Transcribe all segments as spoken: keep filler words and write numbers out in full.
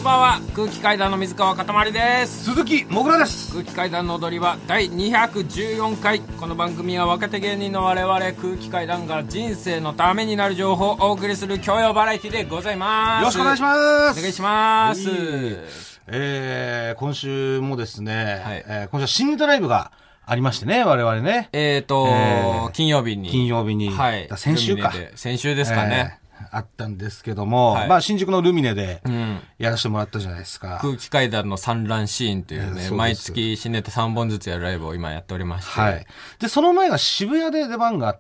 んばんは。空気階段の水川かたまりです。 鈴木もぐらです。 空気階段の踊りはだいにひゃくじゅうよんかい。この番組は若手芸人の我々空気階段が人生のためになる情報をお送りする教養バラエティでございます。 よろしくお願いします。 お願いします。 えー、今週もですね、 はいえー、今週は新ネタライブがありましてね、我々ね。 えーと、えー、金曜日に。 金曜日に。 はい。 先週か。 先週ですかね。 えー、あったんですけども、はい、まあ新宿のルミネでやらせてもらったじゃないですか。 うん、空気階段の産卵シーンというね、えー、毎月新ネタさんぼんずつやるライブを今やっておりまして。 はい。で、その前が渋谷で出番があって、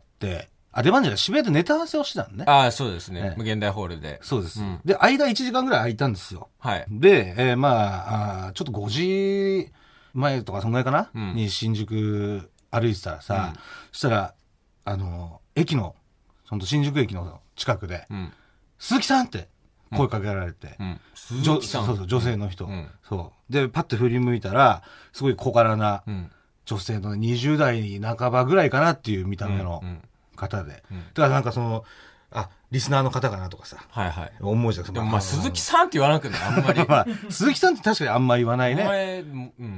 あ、出番じゃない、渋谷でネタ合わせをしてたんね。 ああ、そうですね。 ね、 無限大ホールで。 そうです。 うん、 で、間いちじかんぐらい空いたんですよ。 はい。 で、えー、まあ、あちょっとごじまえとかそんぐらいかな、うん、に新宿歩いてたらさ、うん、そしたら、あの、駅の、その新宿駅の近くで、うん、鈴木さんって声かけられて、うん、鈴木さんそうそう、女性の人、うん、そう。で、パッて振り向いたら、すごい小柄な女性のにじゅう代半ばぐらいかなっていう見た目の方で。うんうん、だからなんかその、あ、リスナーの方かなとかさ。 はいはい。 思うじゃん。 でもまあ、鈴木さんって言わなくてあんまり。 まあ、鈴木さんって確かにあんま言わないね。 お前、うん、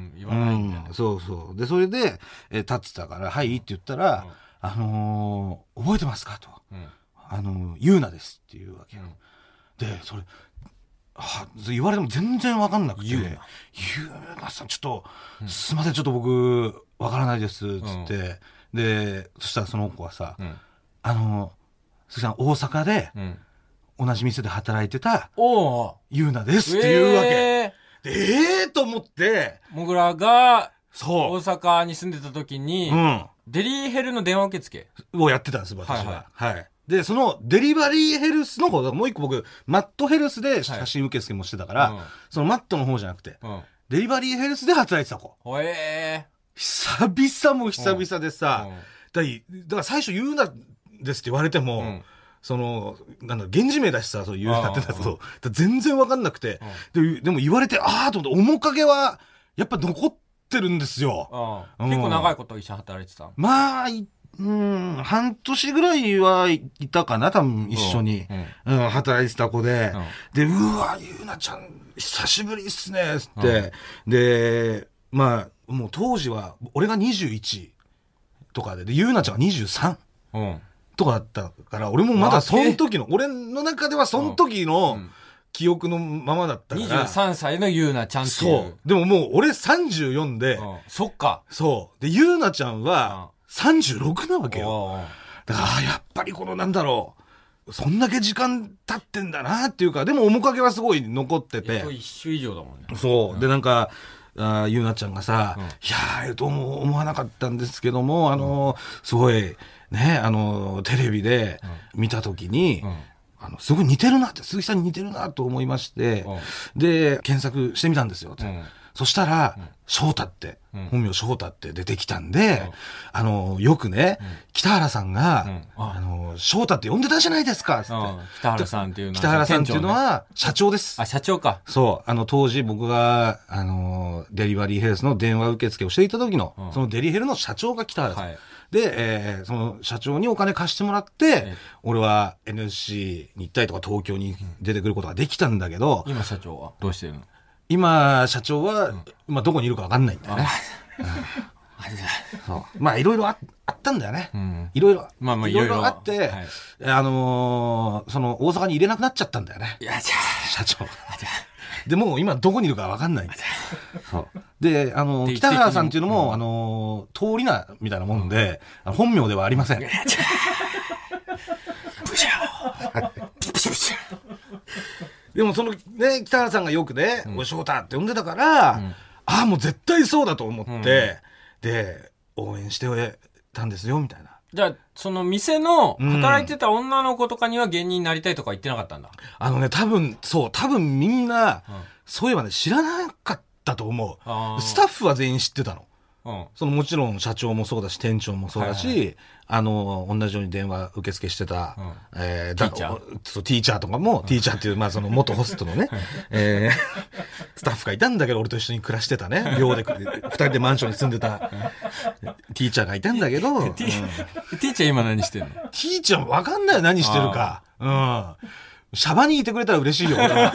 言わないんだよね、 うん。そうそう。で、それで、えー、立ってたから、はいって言ったら、うん、あのー、覚えてますかと。うん、あのー、ゆうなですっていうわけよ。うん、で、それ、は、言われても全然わかんなくて。ゆうな。ゆうなさん、ちょっと、うん、すいません、ちょっと僕、わからないです、つって。うん、で、そしたらその子はさ、うん、あのー、鈴木さん、大阪で、うん同じ店で働いてた、ゆうなですっていうわけ。えー、でえーと思って、 もぐらが、 そう。 大阪に住んでた時に、うん、デリヘルの電話受付をやってたんです、私は。はい、はい。はい。で、その、デリバリーヘルスの方、もう一個僕、マットヘルスで写真受付もしてたから、はいうん、そのマットの方じゃなくて、うん、デリバリーヘルスで働いてた子。 へー。久々も久々でさ、うん、だ, だから最初ゆうなですって言われても、うんその、なんだ、源氏名だしさ、そういうやってたけど、全然わかんなくて、で、でも言われて、あーと思って、面影は、やっぱ残ってるんですよ。 うん、結構長いこと一緒に働いてたまあ、うん、半年ぐらいはいたかな、多分一緒に、うんうん、働いてた子で、うん、で、うわ、ゆうなちゃん、久しぶりっすね、つって、うん、で、まあ、もう当時は、俺がにじゅういちとかで、で、ゆうなちゃんがにじゅうさん。うんとかだったから、俺もまだその時の、俺の中ではその時の記憶のままだったから。 にじゅうさんさいのゆうなちゃんっていう。 そう。でももう俺さんじゅうよんで、うん、 そっか。 そう。で、ゆうなちゃんはさんじゅうろくなわけよ。だから、やっぱりこのなんだろう、そんだけ時間経ってんだなっていうか、でも面影はすごい残ってて。 一周以上だもんね。 そう。うん、で、なんか、あゆうなちゃんがさ、うん、いやー、どうも思わなかったんですけども、あのー、すごい、ね、あの、テレビで見たときに、うん、あの、すごい似てるなって、鈴木さんに似てるなと思いまして、うん、で、検索してみたんですよ。うん、そしたら、うん、翔太って、うん、本名翔太って出てきたんで、うん、あの、よくね、うん、北原さんが、うん、あの、翔太って呼んでたじゃないですか、つって、うん。 北原さんっていうのは、 北原さんっていうのは、社長です。 あ、社長か。 そう。あの、当時僕が、あの、デリバリーヘルスの電話受付をしていた時の、うん、そのデリヘルの社長が北原さん。はいで、えー、その社長にお金貸してもらって、はい、俺は エヌエスシー に行ったりとか東京に出てくることができたんだけど、 今社長はどうしてるの？ 今社長は、うん、今どこにいるか分かんないんだよね。そうまあいろいろ あ, あったんだよね。うん、いろいろ、まあまあいろいろあって、はい、あのー、その大阪に入れなくなっちゃったんだよね。 いやじゃ社長。でもう今どこにいるか分かんない。そうで、あの、北原さんっていうのも、うん、あの、通りな、みたいなもんで、うん、本名ではありません。ブシャーでもそのね、北原さんがよくね、うん、お翔太って呼んでたから、うん、ああ、もう絶対そうだと思って、うん、で、応援してたんですよ、みたいな。 じゃあ、その店の働いてた女の子とかには芸人になりたいとか言ってなかったんだ。 うん、あのね、多分、そう、多分みんな、うん、そういえばね、知らなかったと思う。スタッフは全員知ってたの。うん、そのもちろん社長もそうだし、店長もそうだし、はいはい、あの、同じように電話受付してた、うん、えー、ティーチャーそうティーチャーとかも、うん、ティーチャーっていう、まあその元ホストのね、えー、スタッフがいたんだけど、俺と一緒に暮らしてたね、寮で、二人でマンションに住んでた、ティーチャーがいたんだけど、 ティーチャー今何してんの？ティーチャーわかんないよ、何してるか。うん。 シャバにいてくれたら嬉しいよ。俺は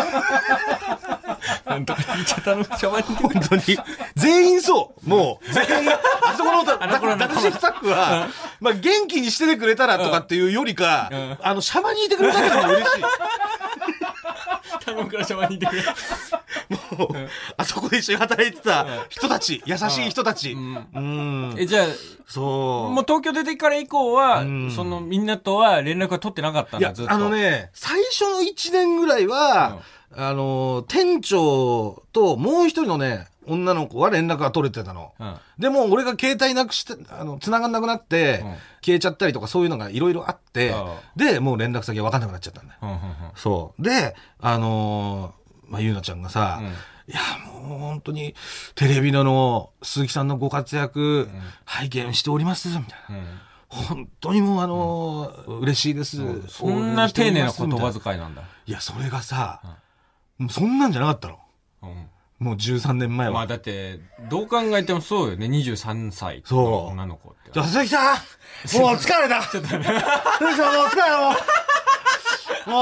なんとか聞いちゃったの。シャバにいてくれ本当に。全員そう。もう、全員、あそこの、だ、 あの頃のだ、私スタッフは、まあ、元気にしててくれたらとかっていうよりか、 うんあの、シャバにいてくれただけでも嬉しい。 頼むからシャバにいてくれ。 もう、あそこで一緒に働いてた人たち、優しい人たち。 うんうん。 え、じゃあ、 そう。 もう東京出てから以降は、 うんそのみんなとは連絡は取ってなかったんだ、 いやずっ、と。 あのね、最初のいちねんぐらいは、あの、店長ともう一人のね、女の子は連絡が取れてたの。 うんでも、俺が携帯なくして、あの、繋がんなくなって、 うん消えちゃったりとかそういうのがいろいろあってうん、 で、もう連絡先が分かんなくなっちゃったんだよ。 うんうんうんそう。で、あのーまあ、ゆうなちゃんがさ、 うんいや、もう本当に、テレビの鈴木さんのご活躍、拝見しております、みたいな。 うん本当にもうあのー嬉しいです。 そんな丁寧な言葉い遣いなんだ。 や、それがさ、もうそんなんじゃなかったの。 うんもうじゅうさんねんまえは。 まあだって、どう考えてもそうよね。にじゅうさんさいそう女の子って。 じゃあ、鈴木さんもう疲れた鈴木さんもう疲れたもうも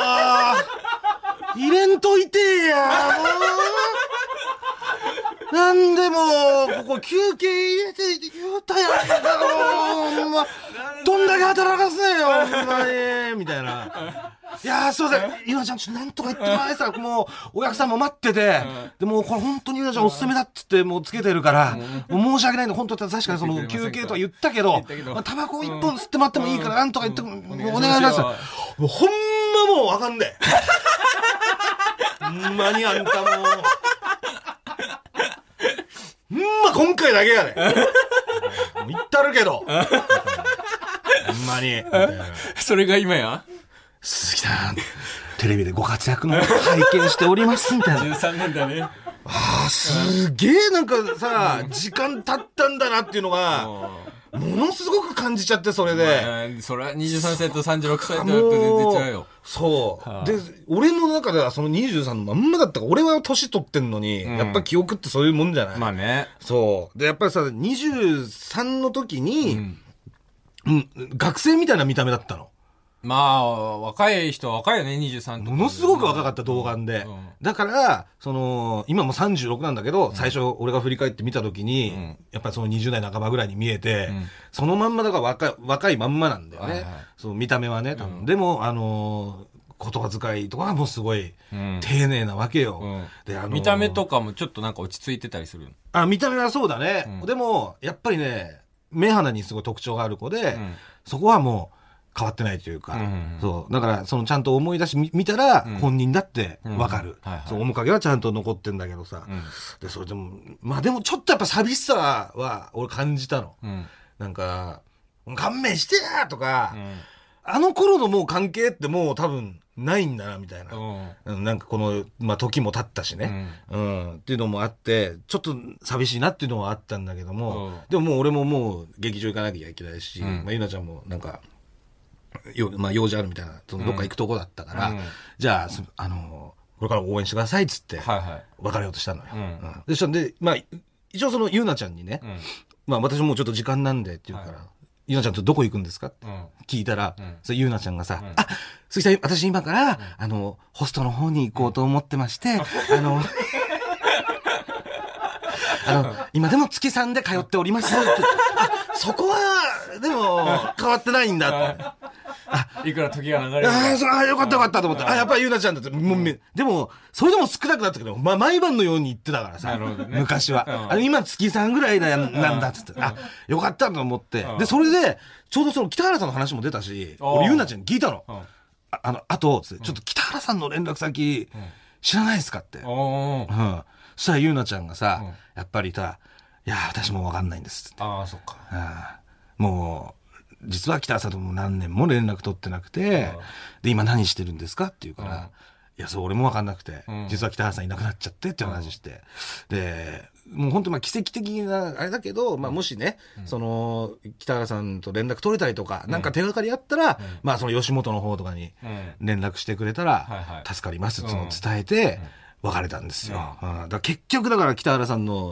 う入れんといてやもうなんでもう、ここ休憩入れて言うたやんかもうほんまどんだけ働かせねえよほんまにみたいな。いやー、すいません。ゆなちゃん、ちょっとなんとか言ってもらえさ、もう、お客さんも待ってて、でも、これ本当にゆなちゃんおすすめだっつって、もうつけてるから、もう申し訳ないんで、本当確かにその休憩とは言ったけど、まあタバコ一本吸ってもらってもいいから、なんとか言って、もうお願いします。もうほんまもうわかんねえ。ほんまにあんたもう。ほんま今回だけやで。もう言ったるけど。ほんまに。 それが今や鈴木さん、テレビでご活躍の拝見しておりますみたいな。 じゅうさんねんだね。 ああ、すげえなんかさ、時間経ったんだなっていうのが、ものすごく感じちゃって、それで。 まあそれはにじゅうさんさいとさんじゅうろくさいと全然違うよ。 そう、 はあ。 で、俺の中ではそのにじゅうさんのまんまだったから、俺は年取ってんのに、 うんやっぱ記憶ってそういうもんじゃない、 まあね。 そう。で、やっぱりさ、にじゅうさんの時に、 うんうん、学生みたいな見た目だったの。 まあ、若い人は若いよね、にじゅうさんとか。 ものすごく若かった童顔で。 うんだから、その、今もさんじゅうろくなんだけど、最初俺が振り返って見た時に、 うんやっぱりそのにじゅう代半ばぐらいに見えて、 うんそのまんまだから若い、若いまんまなんだよね。 はいはいそう見た目はね、多分。 うんでも、あのー言葉遣いとかはもうすごいうん丁寧なわけよ。 うんで、あのー見た目とかもちょっとなんか落ち着いてたりする。 あ、見た目はそうだね。 うんでも、やっぱりね、目鼻にすごい特徴がある子で、 うんそこはもう変わってないというか、 うんうんうんそう。だから、そのちゃんと思い出しみ見たら、 うん本人だってわかる、 うんはいはいそう、面影はちゃんと残ってんだけどさ。 うんで、それでも、まあでもちょっとやっぱ寂しさは俺感じたの。 うんなんか、勘弁してやとか、 うんあの頃のもう関係ってもう多分ないんだな、みたいな。 うんうんなんかこの、まあ時も経ったしね、うん。っていうのもあって、ちょっと寂しいなっていうのはあったんだけども、 うんでももう俺ももう劇場行かなきゃいけないし、 うんまあゆなちゃんもなんか、よまあ用事あるみたいな、そのどっか行くとこだったから、 うんじゃあ、すあの、これから応援してくださいっつって、 はいはい。 別れようとしたのよ。 うんうんで、それで、まあ、一応そのゆなちゃんにね、 うんまあ私もうちょっと時間なんでって言うから、 はいゆなちゃんとどこ行くんですかってうん聞いたら、 うんそれゆなちゃんがさ、 うんあ、鈴木さん、私今から、あの、ホストの方に行こうと思ってまして、あの、あの、今でも月さんで通っておりますって。あ、そこは、でも、変わってないんだって。 いくら時が流れるああ、そう、あよかったよかったと思って。あ、やっぱりゆなちゃんだって、もうめでも、それでも少なくなったけど、まあ、毎晩のように言ってたからさ、 なるほどね昔は。 うんあれ今月さんぐらいななんだっつって、あ、よかったと思ってうん。 で、それで、ちょうどその北原さんの話も出たし、 あー俺ゆなちゃんに聞いたの。 うんああの、あと、つってちょっと北原さんの連絡先、知らないですかって。 おーうん。そしたらゆなちゃんがさ、 うんやっぱりさ、いや、私もわかんないんですって。 ああ、そっか。 ああもう、実は北原さんとも何年も連絡取ってなくて、で、今何してるんですかって言うから、 うんいや、そう、俺もわかんなくて、 うん実は北原さんいなくなっちゃってって話して、で、もう本当まあ奇跡的なあれだけど、まあもしね、その、北原さんと連絡取れたりとか、なんか手がかりあったら、まあその吉本の方とかにうん連絡してくれたらはいは、い助かりますっていうのを伝えて、別れたんですよ。うんだから結局だから北原さんの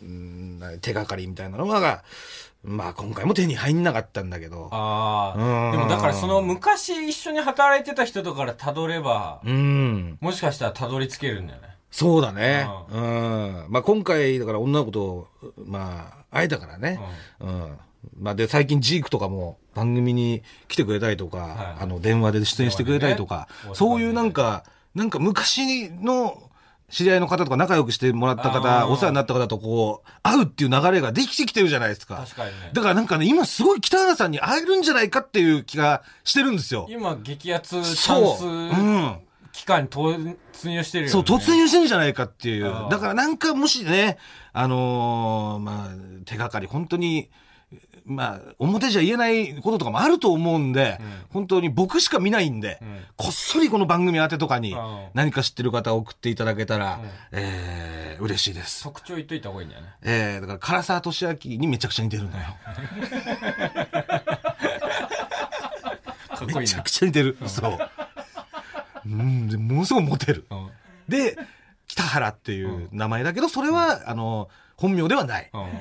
うん、手がかりみたいなのが、まあ今回も手に入んなかったんだけど。 ああ。でもだからその昔一緒に働いてた人とから辿れば、うん、もしかしたら辿り着けるんだよね。 そうだね。うん。まあ今回だから女の子と、まあ会えたからね。うん。うん、まあで最近ジークとかも番組に来てくれたりとか、はいはい、あの電話で出演してくれたりとか、ね、そういうなんか、なんか昔の知り合いの方とか仲良くしてもらった方、お世話になった方とこう、会うっていう流れができてきてるじゃないですか。 確かにね。 だからなんかね、今すごい北原さんに会えるんじゃないかっていう気がしてるんですよ。 今、激アツチャンス、うん、期間に突入してるよね。 そう、突入してるんじゃないかっていう。だからなんかもしね、あのー、まあ、手がかり、本当に、まあ、表じゃ言えないこととかもあると思うんで、うん、本当に僕しか見ないんで、うん、こっそりこの番組宛てとかに何か知ってる方を送っていただけたら、うん、えー、嬉しいです。 特徴言っといた方がいいんだよね。 えー、だから唐沢寿明にめちゃくちゃ似てるんだよ。 かっこいいな。 めちゃくちゃ似てる。うん、そう。うん、でものすごいモテる。うん、で、北原っていう名前だけど、それは、うん、あの、本名ではない。 うんうん、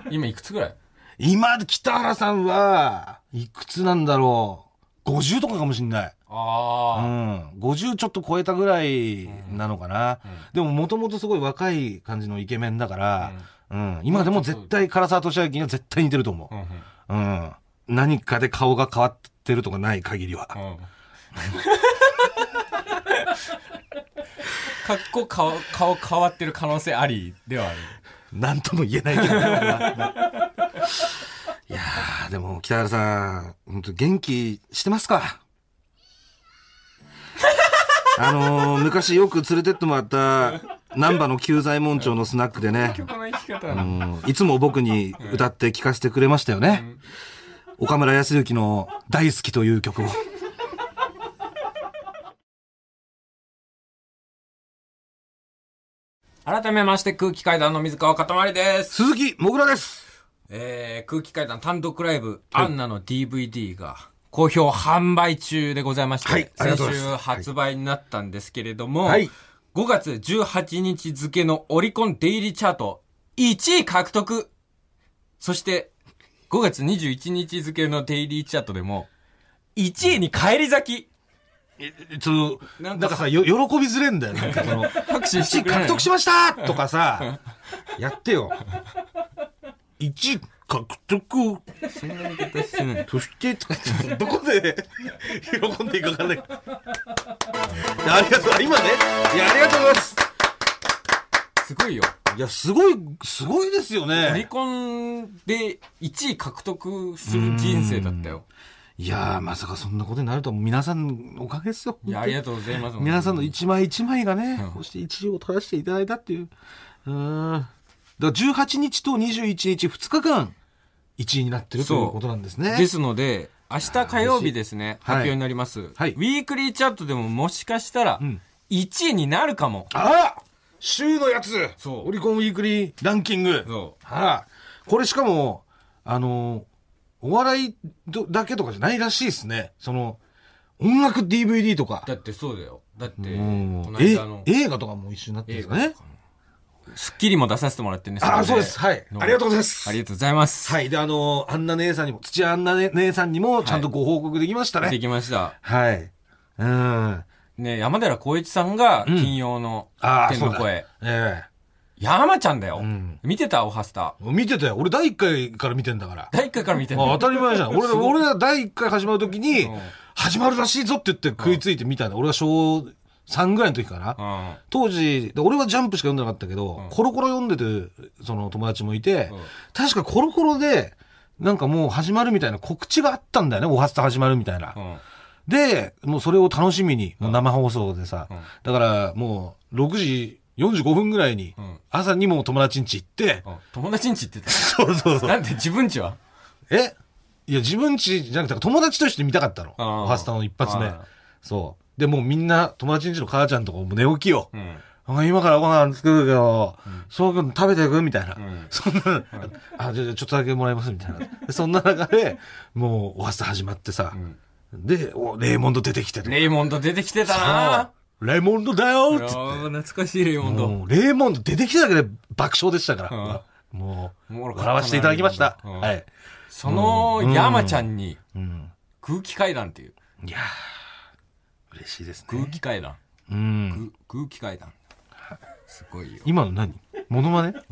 今いくつぐらい？ 今、北原さんは、いくつなんだろう。ごじゅうとかかもしんない。 ああ。 うん。ごじゅうちょっと超えたぐらいなのかな。うんうん、でも、もともとすごい若い感じのイケメンだから、うん。うん、今でも絶対、唐沢寿明には絶対似てると思う。うん、うん。何かで顔が変わってるとかない限りは。うん、 かっこ顔、顔変わってる可能性ありではある。 なんとも言えないけど、ね、いやー、でも北原さん、本当元気してますか？あのー、昔よく連れてってもらった難波の久左衛門町のスナックでね、うん、いつも僕に歌って聴かせてくれましたよね。うん、岡村康之の大好きという曲を。 改めまして空気階段の水川かたまりです。 鈴木もぐらです。 えー、空気階段単独ライブ、はい、アンナの ディーブイディー が好評販売中でございまして、はい、先週発売になったんですけれども、はい、ごがつじゅうはちにち付のオリコンデイリーチャートいちい獲得。そしてごがつにじゅういちにち付のデイリーチャートでもいちいに返り咲き。 え、ちょっと、なんかさ、よ、喜びづれんだよ。なんかこの、 拍手してくれない。 いちい獲得しましたとかさ、やってよ。いちい獲得。 そんな言い方してない。 そして、とかって、どこで喜んでいいか分かんない。ありがとう、今ね。いや、ありがとうございます。 すごいよ。 いや、すごい、すごいですよね。 オリコンでいちい獲得する人生だったよ。 いやー、まさかそんなことになるとは皆さんのおかげですよ。 いや、ありがとうございます。 皆さんの一枚一枚がね、うん、こうして一位を取らせていただいたっていう。うーん。だからじゅうはちにちとにじゅういちにちふつかかんいちいになってるということなんですね。 ですので、明日火曜日ですね、発表になります、はい。ウィークリーチャットでももしかしたらいちいになるかも。 うん、ああ週のやつそうオリコンウィークリーランキング。そう。はあ、これしかも、あのー、お笑いだけとかじゃないらしいですね。その、音楽 ディーブイディー とか。 だってそうだよ。だって、この間の映画とかも一緒になってるんですかね。 スッキリも出させてもらってね。 ああ、そうです。はい。ありがとうございます。 ありがとうございます。 はい。で、あの、アンナ姉さんにも、土屋アンナ姉さんにも、ちゃんとご報告できましたね。 はい、できました。 はい。うん。 ね、山寺宏一さんが、金曜の天の声。 うん、ええ山ちゃんだよ。うん、見てたオハスタ。 見てたよ。俺だいいっかいから見てんだから。 だいいっかいから見てんだよ。当たり前じゃん。俺、俺がだいいっかい始まるときに、うん、始まるらしいぞって言って食いついて見たんだ。俺は小さんぐらいの時かな。うん、当時、俺はジャンプしか読んでなかったけど、うん、コロコロ読んでて、その友達もいて、うん、確かコロコロで、なんかもう始まるみたいな告知があったんだよね。オハスタ始まるみたいな。うん、で、もうそれを楽しみに、もう生放送でさ、うん、だからもうろくじよんじゅうごふんぐらいに、朝にも友達ん家行って、 うん、友達ん家行ってたそうそうそう。 なんで自分家はえいや、自分家じゃなくて、友達として見たかったの。オハスタの一発目。そう。で、もうみんな、友達ん家の母ちゃんとかも寝起きよ。うん、今からご飯作るけど、うん、そうくん食べていくみたいな。うん、そんな、うん、あ、じゃあちょっとだけもらいますみたいな。そんな中で、もう、オハスタ始まってさ、うん、で、おレイモンド出てきてレイモンド出てきてたなレイモンドだよって言って。 懐かしいレイモンド。 レイモンド出てきただけで爆笑でしたから。 もう笑わせていただきました、うん、はい。 その山ちゃんに空気階段っていう、 うん、いやー嬉しいですね。 空気階段、 うん、 空気階段すごいよ。 今の何モノマネ、うん、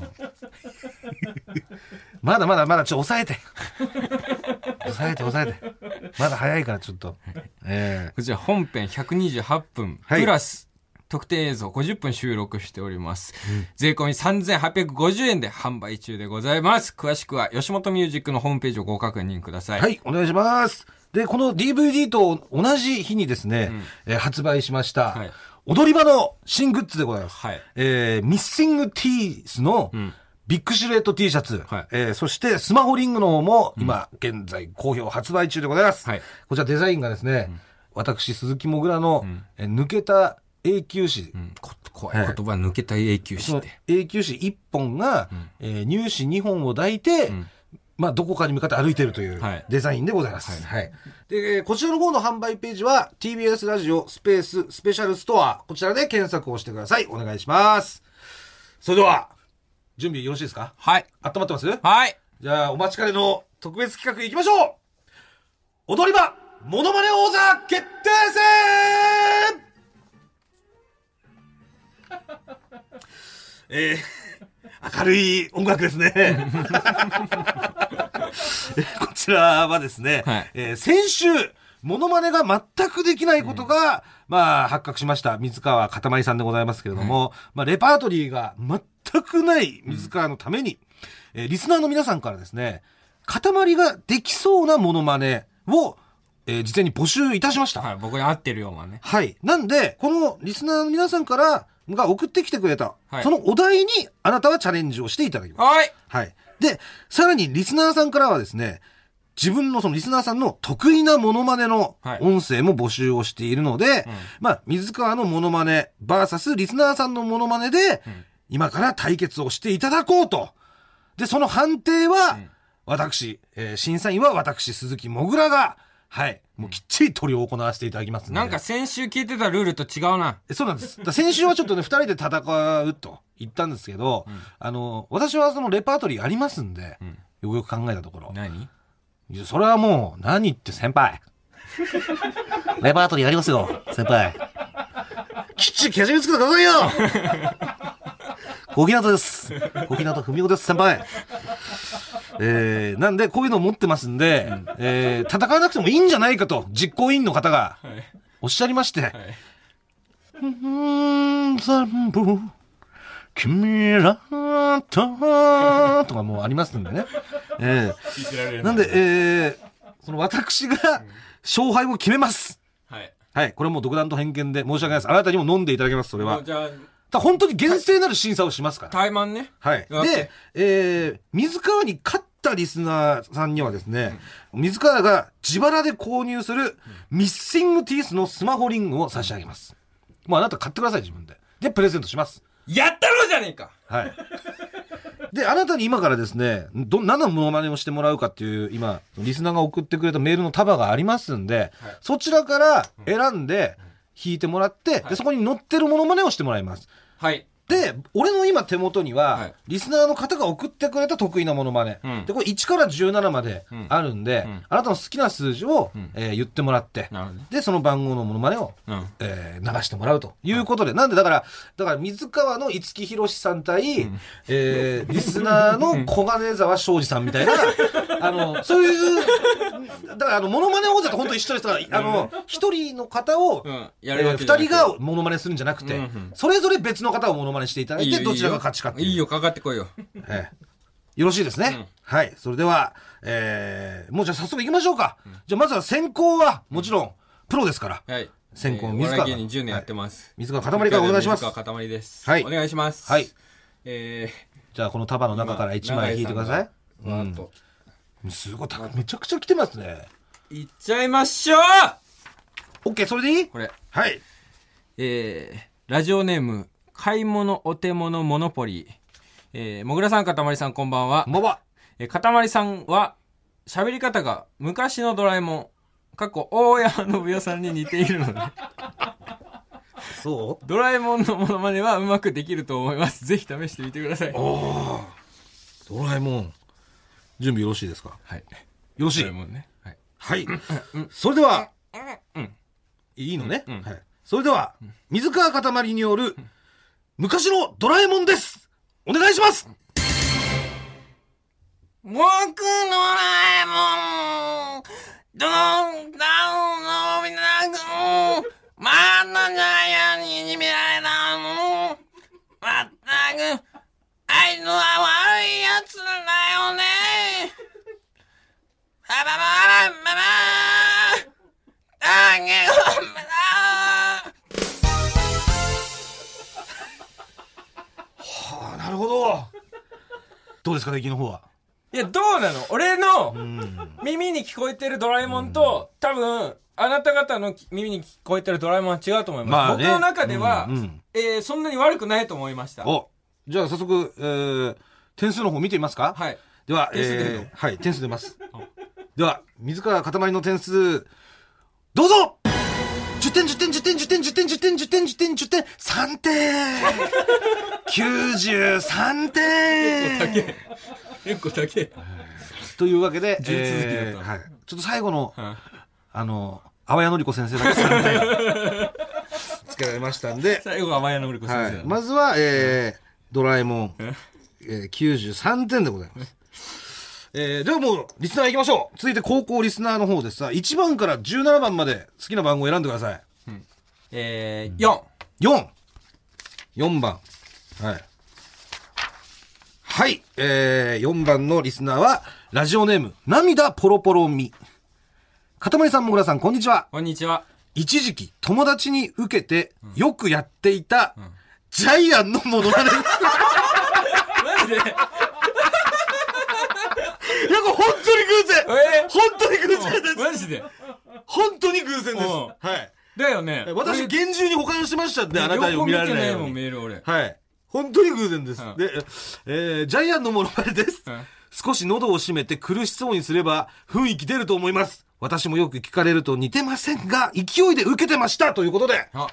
まだまだまだちょっと抑えて抑えて抑えてまだ早いからちょっと、 えー、こちら本編ひゃくにじゅうはっぷん、はい、プラス特典映像ごじゅっぷん収録しております、うん、税込みさんぜんはっぴゃくごじゅうえんで販売中でございます。詳しくは吉本ミュージックのホームページをご確認ください。 はい、お願いします。でこの ディーブイディー と同じ日にですね、うん、えー、発売しました、はい、踊り場の新グッズでございます、はい、えー、ミッシングティースのビッグシルエット T シャツ、はい、えー、そしてスマホリングの方も今現在好評発売中でございます、はい、こちらデザインがですね、うん、私鈴木もぐらの、うん、えー、抜けた永久歯、うん、 怖い言葉、はい、抜けた永久歯って、 永久歯いっぽんが、うん、えー、乳歯にほんを抱いて、うん、まあ、どこかに向かって歩いているというデザインでございます、はいはい、でこちらの方の販売ページは ティービーエス ラジオスペーススペシャルストア、こちらで検索をしてください。お願いします。それでは準備よろしいですか？ はい。 温まってます？ はい。 じゃあお待ちかねの特別企画いきましょう。踊り場モノマネ王座決定戦えー、明るい音楽ですねこちらはですね、はい、えー、先週モノマネが全くできないことが、うん、まあ発覚しました水川かたまりさんでございますけれども、うん、まあレパートリーが全くない水川のために、うん、えー、リスナーの皆さんからですね、かたまりができそうなモノマネを、えー、事前に募集いたしました。 はい、僕に合ってるようなね。 はい。なんでこのリスナーの皆さんからが送ってきてくれた、はい、そのお題にあなたはチャレンジをしていただきます。 はい。 はい。で、さらにリスナーさんからはですね、自分のそのリスナーさんの得意なモノマネの音声も募集をしているので、はい、うん、まあ、水川のモノマネ ブイエス リスナーさんのモノマネで、うん、今から対決をしていただこうと。で、その判定は、うん、私、えー、審査員は私、鈴木もぐらが、はい。もうきっちり取りを行わせていただきますので。 なんか先週聞いてたルールと違うな。 そうなんです。だ先週はちょっとね、二人で戦うと言ったんですけど、うん、あの、私はそのレパートリーありますんで、うん、よくよく考えたところ。 何？ いや、それはもう、何って先輩。レパートリーありますよ、先輩。きっちりけじめつけてくださいよ小日向です。小日向文雄です、先輩。えー、なんでこういうの持ってますんで、うん、えー、戦わなくてもいいんじゃないかと実行委員の方がおっしゃりまして、はい、うーん全部君らととかもうありますんでね、えー、なんで、えー、その私が勝敗を決めます、はい、はい、これも独断と偏見で申し訳ないです。あなたにも飲んでいただきます。それはじゃあだ本当に厳正なる審査をしますから。 怠慢ね。 はい。で、えー、水川に勝ったリスナーさんにはですね、うん、水川が自腹で購入する、うん、ミッシングティースのスマホリングを差し上げます。もうあなた買ってください、自分で。で、プレゼントします。 やったろうじゃねえか。 はい。で、あなたに今からですね、ど、何のモノマネをしてもらうかっていう、今、リスナーが送ってくれたメールの束がありますんで、はい、そちらから選んで、うん弾いてもらって、はい、でそこに載ってるモノマネをしてもらいます。 はい。 で、俺の今手元には、はい、リスナーの方が送ってくれた得意なモノマネ、うん、でこれいちからじゅうななまであるんで、うん、あなたの好きな数字を、うん、えー、言ってもらって、でその番号のモノマネを、うん、えー、流してもらうということで、なんでだからだから水川の五木ひろしさん対、うん、えー、リスナーの小金沢庄司さんみたいなあのそういうだからあのモノマネ王座と本当一緒ですから、あの一人の方を、うん、やるわけじゃなくて、えー、二人がモノマネするんじゃなくて、うんうん、それぞれ別の方をモノマネしていただいて、いいよどちらが勝ちかっていう。 いいよ、かかってこいよ。 えー、よろしいですね。うん、はい。それでは、えー、もうじゃあ早速行きましょうか。うん、じゃあまずは先行は、もちろん、プロですから。はい。先行、水川。 芸人じゅうねんやってます。 はい、水川かたまりからお願いします。 水川かたまりです。 はい。 お願いします。 はい。えー、じゃあこの束の中からいちまい引いてください。うん。すごい、めちゃくちゃ来てますね。 いっちゃいましょう。 OK、それでいい？ これ。 はい。 えー、ラジオネーム、買い物お手物モノポリー。えー、もぐらさん、かたまりさん、こんばんは。 こんばんは。 えー、かたまりさんは、喋り方が昔のドラえもん、過去大山信代さんに似ているので。 そう？ ドラえもんのモノマネはうまくできると思います。ぜひ試してみてください。 おー。 ドラえもん。準備よろしいですか？ はい。 よろしい。 ドラえもんね。はい。 はい。それでは、うん。いいのね。はい。それでは、水川かたまりによる、昔のドラえもんです。お願いします。 僕のドラえもん、どんどんのび太くん、まだジャイアンに決められたの。まったく、あいつは悪いやつだよね。ババババババー、あげごめんな。 はあ、なるほど。どうですかね、出来の方は。 いや、どうなの？俺の耳に聞こえてるドラえもんと、多分、あなた方の耳に聞こえてるドラえもんは違うと思います。まあね、僕の中では、うんうん、えー、そんなに悪くないと思いました。 お、じゃあ早速、えー、点数の方見てみますか？ はい。 では、点数出るの？えー、はい、点数出ます。では、水川かたまりの点数、どうぞ !じゅってん、じゅってん、じゅってん、じゅってん、じゅってん、じゅってん、じゅってん、じゅってん、じゅってん、さんてんきゅうじゅうさんてん結構高い。 というわけで、 えーはい、 ちょっと最後の、はあ、あの、淡谷のり子先生だけさんてんつけられましたんで、 最後は淡谷のり子先生、 はい、まずは、えー、ドラえもん、えー、きゅうじゅうさんてんでございます。えー、ではもう、リスナー行きましょう。続いて高校リスナーの方でさ、いちばんからじゅうななばんまで好きな番号を選んでください。うん、 えー、よん。 よん。よんばん。はい。はい。えー、よんばんのリスナーは、ラジオネーム、涙ポロポロミ。かたまりさん、もぐらさん、こんにちは。 こんにちは。 一時期、友達に受けて、よくやっていた、うん、ジャイアンのものまね。 マジでいや、これ本当に偶然、えー、本当に偶然です。 マジで本当に偶然です。はい。 だよね。 私、厳重に保管してましたって、あなたを見られないように。 もメール俺。 はい。本当に偶然です。うん、で、えー、ジャイアンのものまねです。うん、少し喉を締めて苦しそうにすれば雰囲気出ると思います。私もよく聞かれると似てませんが、勢いで受けてましたということで。はい。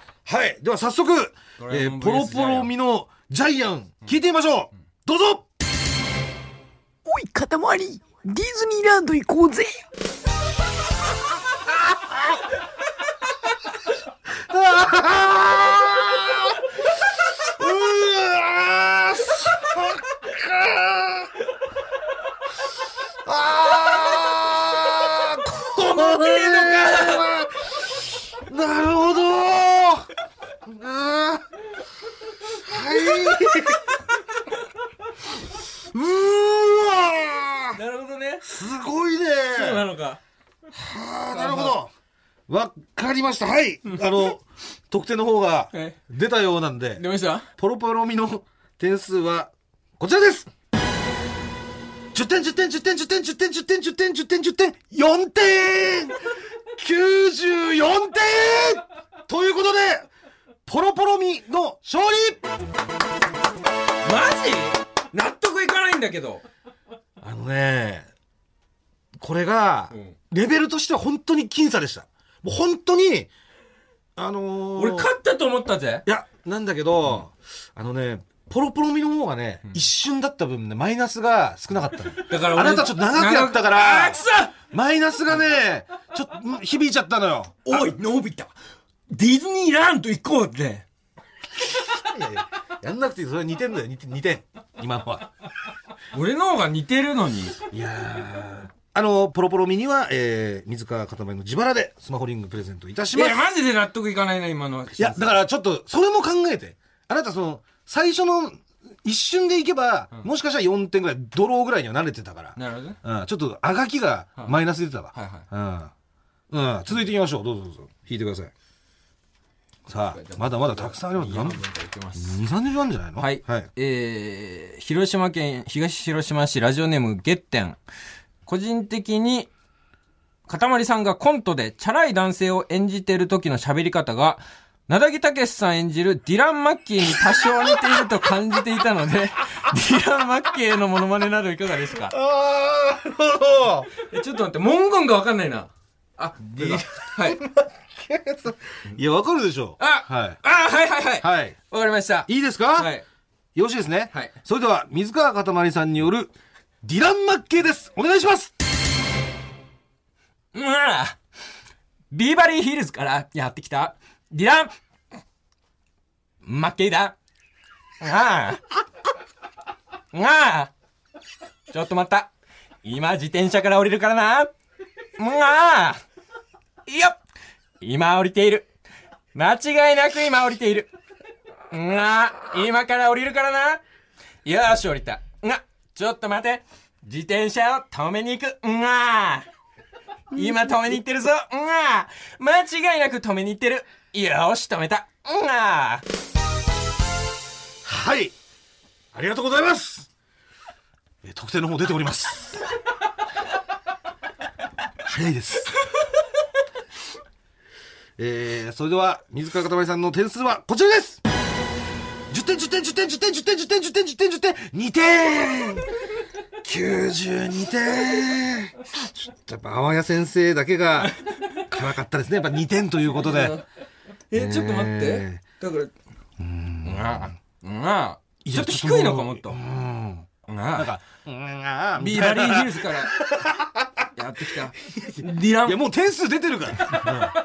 では早速、えー、ポロポロミのジャイアン、聞いてみましょう。うん、どうぞ。 おい、かたまり、ディズニーランド行こうぜ。 うわー、そっかー。あー、この程度か。なるほどー。あー、はい。うーわー。 なるほどね。 すごいね。 そうなのか。 はあ、なるほど。わかりました。はい。あの、得点の方が出たようなんで。 出ました？ ポロポロミの点数はこちらです。じゅってん、じゅってん、じゅってん、じゅってん、じゅってん、じゅってん、じゅってん、じゅってん、じゅってん、よんてん !きゅうじゅうよんてんということで、ポロポロミの勝利。 マジ？納得いかないんだけど。 あのね、これが、レベルとしては本当に僅差でした。もう本当に、あのー、 俺勝ったと思ったぜ。 いや、なんだけど、うん、あのね、ポロポロミの方がね、うん、一瞬だった分ね、マイナスが少なかったの。だからあなたちょっと長くやったから、マイナスがね、ちょっと響いちゃったのよ。 おい、のび太、ディズニーランド行こうって。 いやいや、やんなくていい。それにてんだよ、にてん、にてん。今のは。 俺の方が似てるのに。 いやー。あの、ポロポロミには、えー、水川かたまりの自腹でスマホリングプレゼントいたします。 いや、マジで納得いかないな、今の。 いや、だからちょっと、それも考えて。あなたその、最初の一瞬でいけば、うん、もしかしたらよんてんぐらい、ドローぐらいには慣れてたから。 なるほどね。 うん、ちょっと、あがきがマイナス出てたわ。 はいはい。 うん。うん、続いていきましょう。どうぞどうぞ。引いてください。さあ、まだまだたくさんあります。に、さんじゅうあるんじゃないの？ はい。はい。えー、広島県東広島市ラジオネーム月天。個人的に、かたまりさんがコントでチャラい男性を演じている時の喋り方が、なだぎたけしさん演じるディラン・マッキーに多少似ていると感じていたので、ディラン・マッキーのモノマネなどいかがですか？ あー、なるほど。ちょっと待って、文言がわかんないな。あ、 ディラン・はい。いや、わかるでしょ。 あ、はい。あ、はいはいはい。はい。わかりました。 いいですか？ はい。 よろしいですね。 はい。 それでは、水川かたまりさんによる、ディラン・マッケイです。お願いします。 うわぁ。ビーバリーヒルズからやってきた、ディラン・マッケイだ。ああ。ああ。ちょっと待った。今自転車から降りるからな。ああ。いや。今降りている。間違いなく今降りている。ああ。今から降りるからな。よーし降りた。が、ちょっと待て。自転車を止めに行く。ああ。今止めに行ってるぞ。ああ。間違いなく止めに行ってる。よーし止めた。ああ。 はい。ありがとうございます。えー、得点の方出ております。早いです。えー、それでは、水川かたまりさんの点数はこちらです。じゅってん、じゅってん、じゅってん、じゅってん、じゅってん、じゅってん、じゅってん、じゅってん、じゅってん、にてん !きゅうじゅうにてんちょっとやっぱ、あわや先生だけが辛かったですね。やっぱにてんということで。 え、ちょっと待って。だから、うーん。ああ。ちょっと低いのかもっと。うん。なんか、ビーバリーヒルズからやってきた。ディラン。 いや、もう点数出てるから。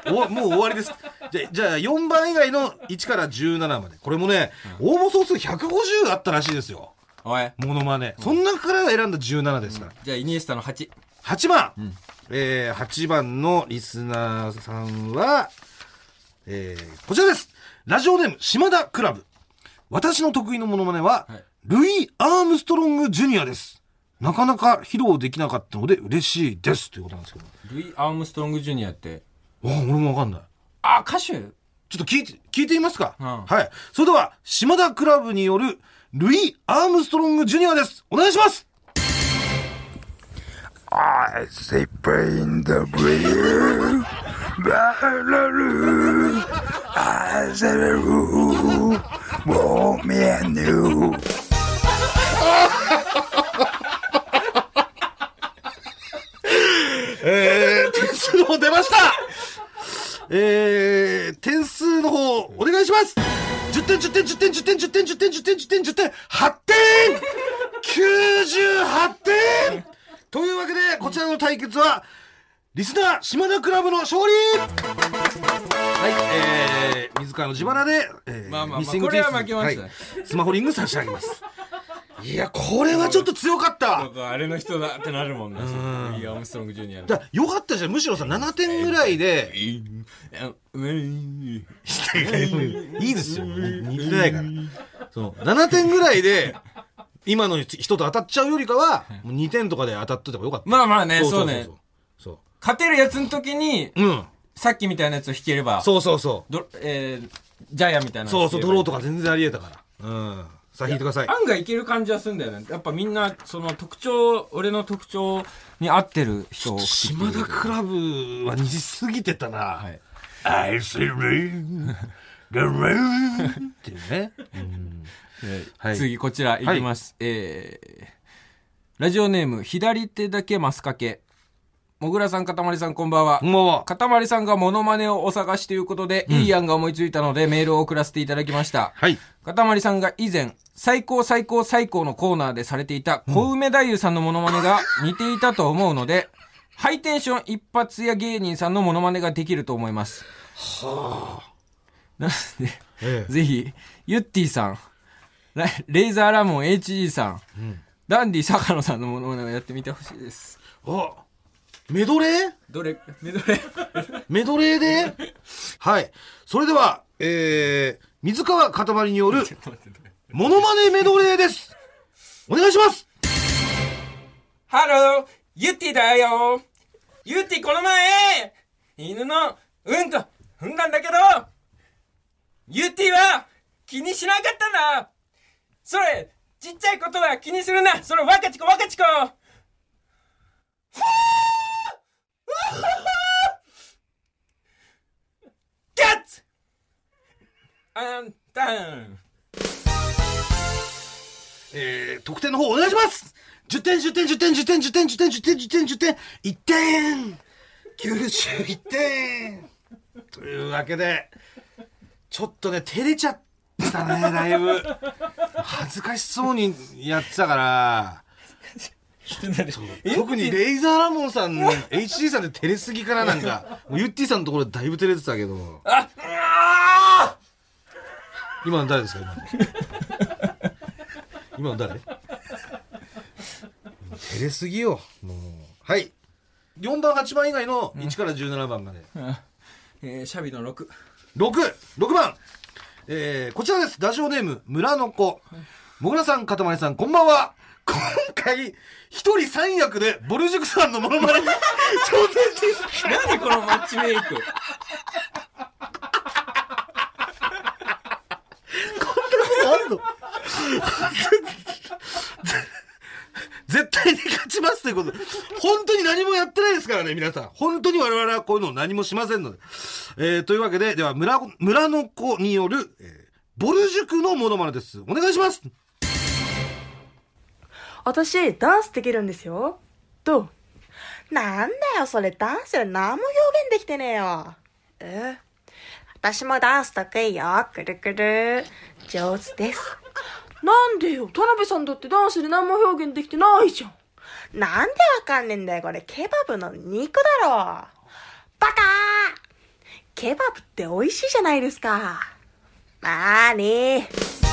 うん、おもう終わりです。じゃ、じゃあよんばん以外のいちからじゅうななまで。これもね、うん、応募総数ひゃくごじゅうあったらしいですよ。 おい。 モノマネ。うん、そん中から選んだじゅうななですから。 うん、じゃあ、イニエスタのはち。 はちばん、うん、えー、はちばんのリスナーさんは、えー、こちらです。ラジオネーム、島田クラブ。私の得意のモノマネは、はい、ルイ・アームストロング・ジュニアです。なかなか披露できなかったので嬉しいです。ということなんですけど。 ルイ・アームストロング・ジュニアって。 あ、俺もわかんない。 あ、歌手？ちょっと聞いて、聞いてみますか、うん、はい。それでは、島田クラブによる、ルイ・アームストロング・ジュニアです。お願いします。 I sleep in the blue, blue, I said, want me anew. えー、点数の方出ました。えー、点数の方お願いします。じゅってん、じゅってん、じゅってん、じゅってん、じゅってん、じゅってん、じゅってん、じゅってん、じゅってん、はってん !きゅうじゅうはってんというわけで、こちらの対決は、リスナー島田クラブの勝利。はい、えー、水川の自腹で、えー、 まあまあまあ、これは負けました、 はい。スマホリング差し上げます。いや、これはちょっと強かった。 なんかあれの人だってなるもんな。うん。いや、アームストロングジュニアの。 だよかったじゃん。むしろさ、ななてんぐらいで。いいですよ。似てないから。そう。ななてんぐらいで、今の人と当たっちゃうよりかは、もうにてんとかで当たってた方がよかった。 まあまあね、そうね。そう。勝てるやつの時に、うん。さっきみたいなやつを引ければ。 そうそうそう。 どえー、ジャイアンみたいな。 そうそう、ドローとか全然あり得たから。うん。さあ引いてください。 案外いける感じはするんだよね。やっぱみんなその特徴、俺の特徴に合ってる人を島田クラブは似すぎてたな。はい。I see rain, the rain っていうね。うんはい、次こちらいきます。はい、えー、ラジオネーム左手だけマスカケ。もぐらさん、かたまりさん、こんばんは。 こんばんは。 かたまりさんがモノマネをお探しということで、うん、いい案が思いついたのでメールを送らせていただきました。 はい。 かたまりさんが以前、最高最高最高のコーナーでされていた小梅太夫さんのモノマネが似ていたと思うので、ハイテンション一発屋芸人さんのモノマネができると思います。 はあ。 なので、ええ、ぜひ、ゆってぃさん、レイザーラモン エイチジー さん、うん、ダンディ坂野さんのモノマネをやってみてほしいです。 あ、メドレーどれ、メドレーメドレーではい。それでは、えー、水川かたまりによる、モノマネメドレーです。お願いします。 ハロー、ゆってぃだよ。ゆってぃこの前、犬のうんと踏んだんだけど、ゆってぃは気にしなかったんだ。それ、ちっちゃいことは気にするな。それ、若ちこ若ちこ。ゲッツアンダウン。 えー、得点の方お願いします。じゅってん、じゅってん、じゅってん、じゅってん、じゅってん、じゅってん、じゅってん、じゅってん、じゅってん、いってん、きゅうじゅういってん。というわけで、ちょっとね、照れちゃったね、だいぶ。 恥ずかしそうにやってたから、特にレイザーラモンさん、エイチディー さんで照れすぎからなんか、ユッティさんのところでだいぶ照れてたけど。ああ今の誰ですか今の。今の誰？照れすぎよ。もう。はい。よんばん、はちばん以外のいちからじゅうななばんまで。 うんえー、シャビのろく。 ろく、ろくばん。えー、こちらです。ラジオネーム、村の子。もぐらさん、かたまりさん、こんばんは。今回、一人三役で、ボル塾さんのモノマネに挑戦して、 何このマッチメイク。 こんなことあるの絶対に勝ちますということ。本当に何もやってないですからね、皆さん。本当に我々はこういうの何もしませんので。えー、というわけで、では村、村の子による、えー、ボル塾のモノマネです。お願いします。 私、ダンスできるんですよ。どう？なんだよ、それダンスで何も表現できてねえよ。え？私もダンス得意よ。くるくる。上手です。なんでよ、田辺さんだってダンスで何も表現できてないじゃん。なんでわかんねえんだよ、これ。ケバブの肉だろ。バカー！ケバブって美味しいじゃないですか。まあね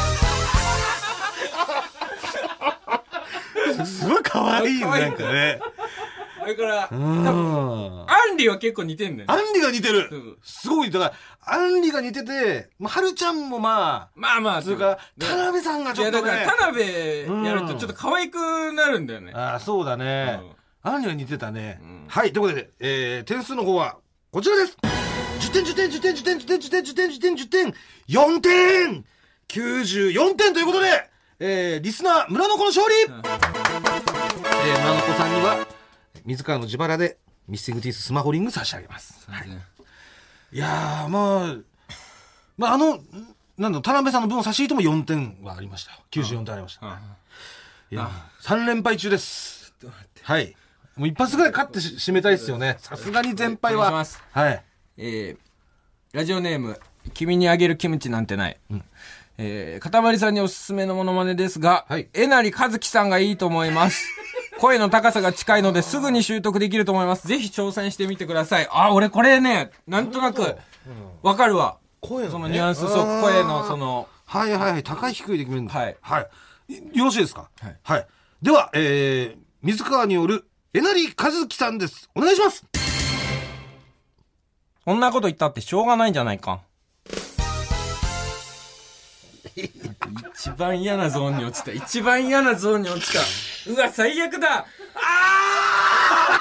すごい可愛いね、なんかね。 だから、多分、アンリは結構似てんだよね。 アンリが似てる、うん、すごい、だから、アンリが似てて、まあ、はるちゃんもまあ、 まあまあ、 つうか、田辺さんがちょっとね。 いや、だから、田辺やるとちょっと可愛くなるんだよね。 うん、ああ、そうだね。うん、アンリは似てたね。うん、はい、ということで、えー、点数の方は、こちらです。じゅってん、じゅってん、じゅってん、じゅってん、じゅってん、じゅってん、じゅってん、じゅってん、じゅってん、よんてん !きゅうじゅうよんてんということで、えー、リスナー、村の子の勝利、うん、えー、村の子さんには、自らの自腹でミスティングティーススマホリング差し上げます。はい、いやー、まあ、まあ、あの、なんだ、田辺さんの分を差し引いてもよんてんはありました。きゅうじゅうよんてんありました。ああいや、さん連敗中です。はい。もう一発ぐらい勝って締めたいですよね。さすがに全敗は。はい。 えー、ラジオネーム、君にあげるキムチなんてない。うん、えー、かたまりさんにおすすめのモノマネですが、はい、えなりかずきさんがいいと思います。声の高さが近いのですぐに習得できると思います。ぜひ挑戦してみてください。あ、俺これね、なんとなくわかるわ。 声の、ね、 そのニュアンス、そう、声のその。 はいはいはい、高い低いで決めるんだ。 はい。 はい。よろしいですか？はい。はい。では、えー、水川によるえなりかずきさんです。お願いします。 そんなこと言ったってしょうがないんじゃないか。一番嫌なゾーンに落ちた。一番嫌なゾーンに落ちた。うわ、最悪だ。あ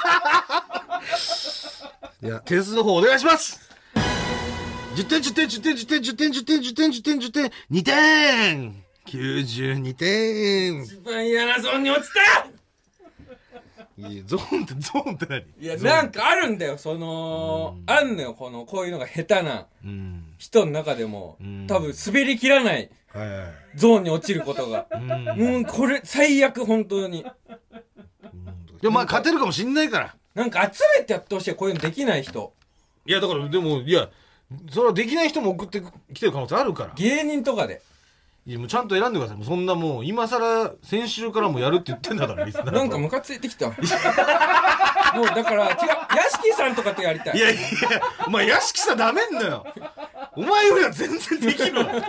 ーいや、点数の方お願いします。じゅってん、じゅってん、じゅってん、じゅってん、じゅってん、じゅってん、じゅってん、じゅってん、じゅってん、にてん !きゅうじゅうにてん。 一番嫌なゾーンに落ちた。 いや、ゾーンって、ゾーンって何？ いや、なんかあるんだよ、その、あんのよ、この、こういうのが下手な人の中でも、多分滑りきらないゾーンに落ちることが。もう、これ、最悪、本当に。 でもまあ、勝てるかもしんないから。 なんか集めてやってほしい、こういうのできない人。 いや、だから、でも、いや、それはできない人も送ってきてる可能性あるから。 芸人とかで。 いや、もうちゃんと選んでください。もうそんなもう、今更、先週からもやるって言ってんだから、 なんかムカついてきた。もうだから、違う、屋敷さんとかとやりたい。 いやいや、お前屋敷さんダメんだよ。お前よりは全然できるわ。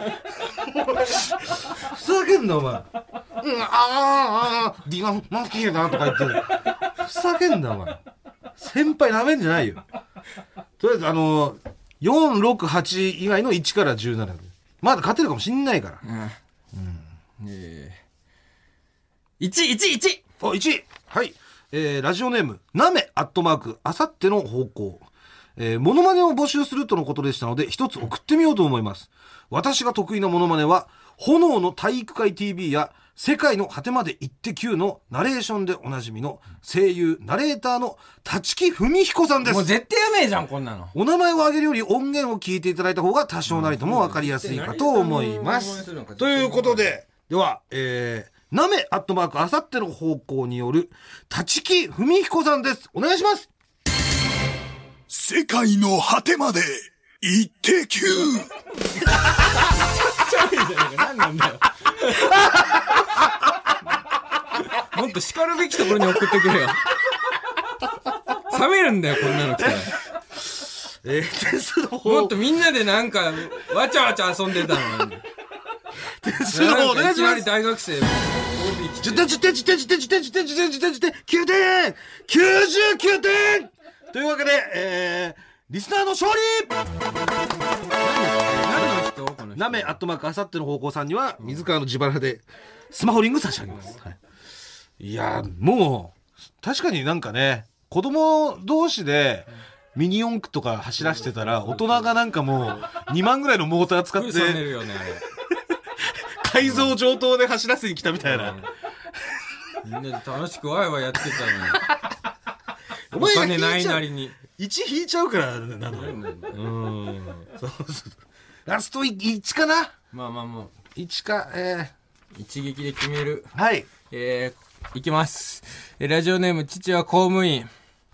ふざけんな、お前。うん、あーあー、ディガン、マンキーだとか言って。ふざけんな、お前。先輩なめんじゃないよ。とりあえず、あの、よん、ろく、はち以外のいちからじゅうなな。まだ勝てるかもしんないから。うん。うん、 えー、いち、いち、いち! あ、いち! はい。えー、ラジオネーム、なめ、アットマーク、あさっての方向。えー、モノマネを募集するとのことでしたので、一つ送ってみようと思います。私が得意なモノマネは、炎の体育会 ティーブイ や、世界の果てまで行ってきゅうのナレーションでおなじみの声優、ナレーターの立木文彦さんです。 もう絶対有名じゃん、こんなの。 お名前を挙げるより音源を聞いていただいた方が多少なりとも分かりやすいかと思います。ということで、では、えー、なめアットマークあさっての方向による立木文彦さんです。お願いします。 世界の果てまで行ってきゅう。 ちょいじゃねえか、何なんだよ。 ころに送ってくれよ。冷めるんだよ、こんなの来たら。 えー、点数の方。 もっとみんなでなんか、わちゃわちゃ遊んでたのに。 点数の方お願いします。 いきなり大学生。 じゅってん、じゅってん、じゅってん、じゅってん、じゅってん、じゅってん、じゅってん、じゅってん、じゅってん、きゅうてん !きゅうじゅうきゅうてんというわけで、えー、リスナーの勝利何の人この人。 なめアットマークあさっての方向さんには、水川の自腹でスマホリング差し上げます。はい、いやー、もう、確かになんかね、子供同士で、ミニ四駆とか走らせてたら、大人がなんかもう、にまんぐらいのモーター使って、 冷めるよね、あれ。 改造上等で走らせに来たみたいな。 みんなで楽しくワイワイやってたのに。 おお金ないなりに。 いち引いちゃうからなのよ。うん。そうそう。ラストいちかな。 まあまあもう。 いちか、えー、一撃で決める。 はい。 えー、いきます。えラジオネーム、父は公務員。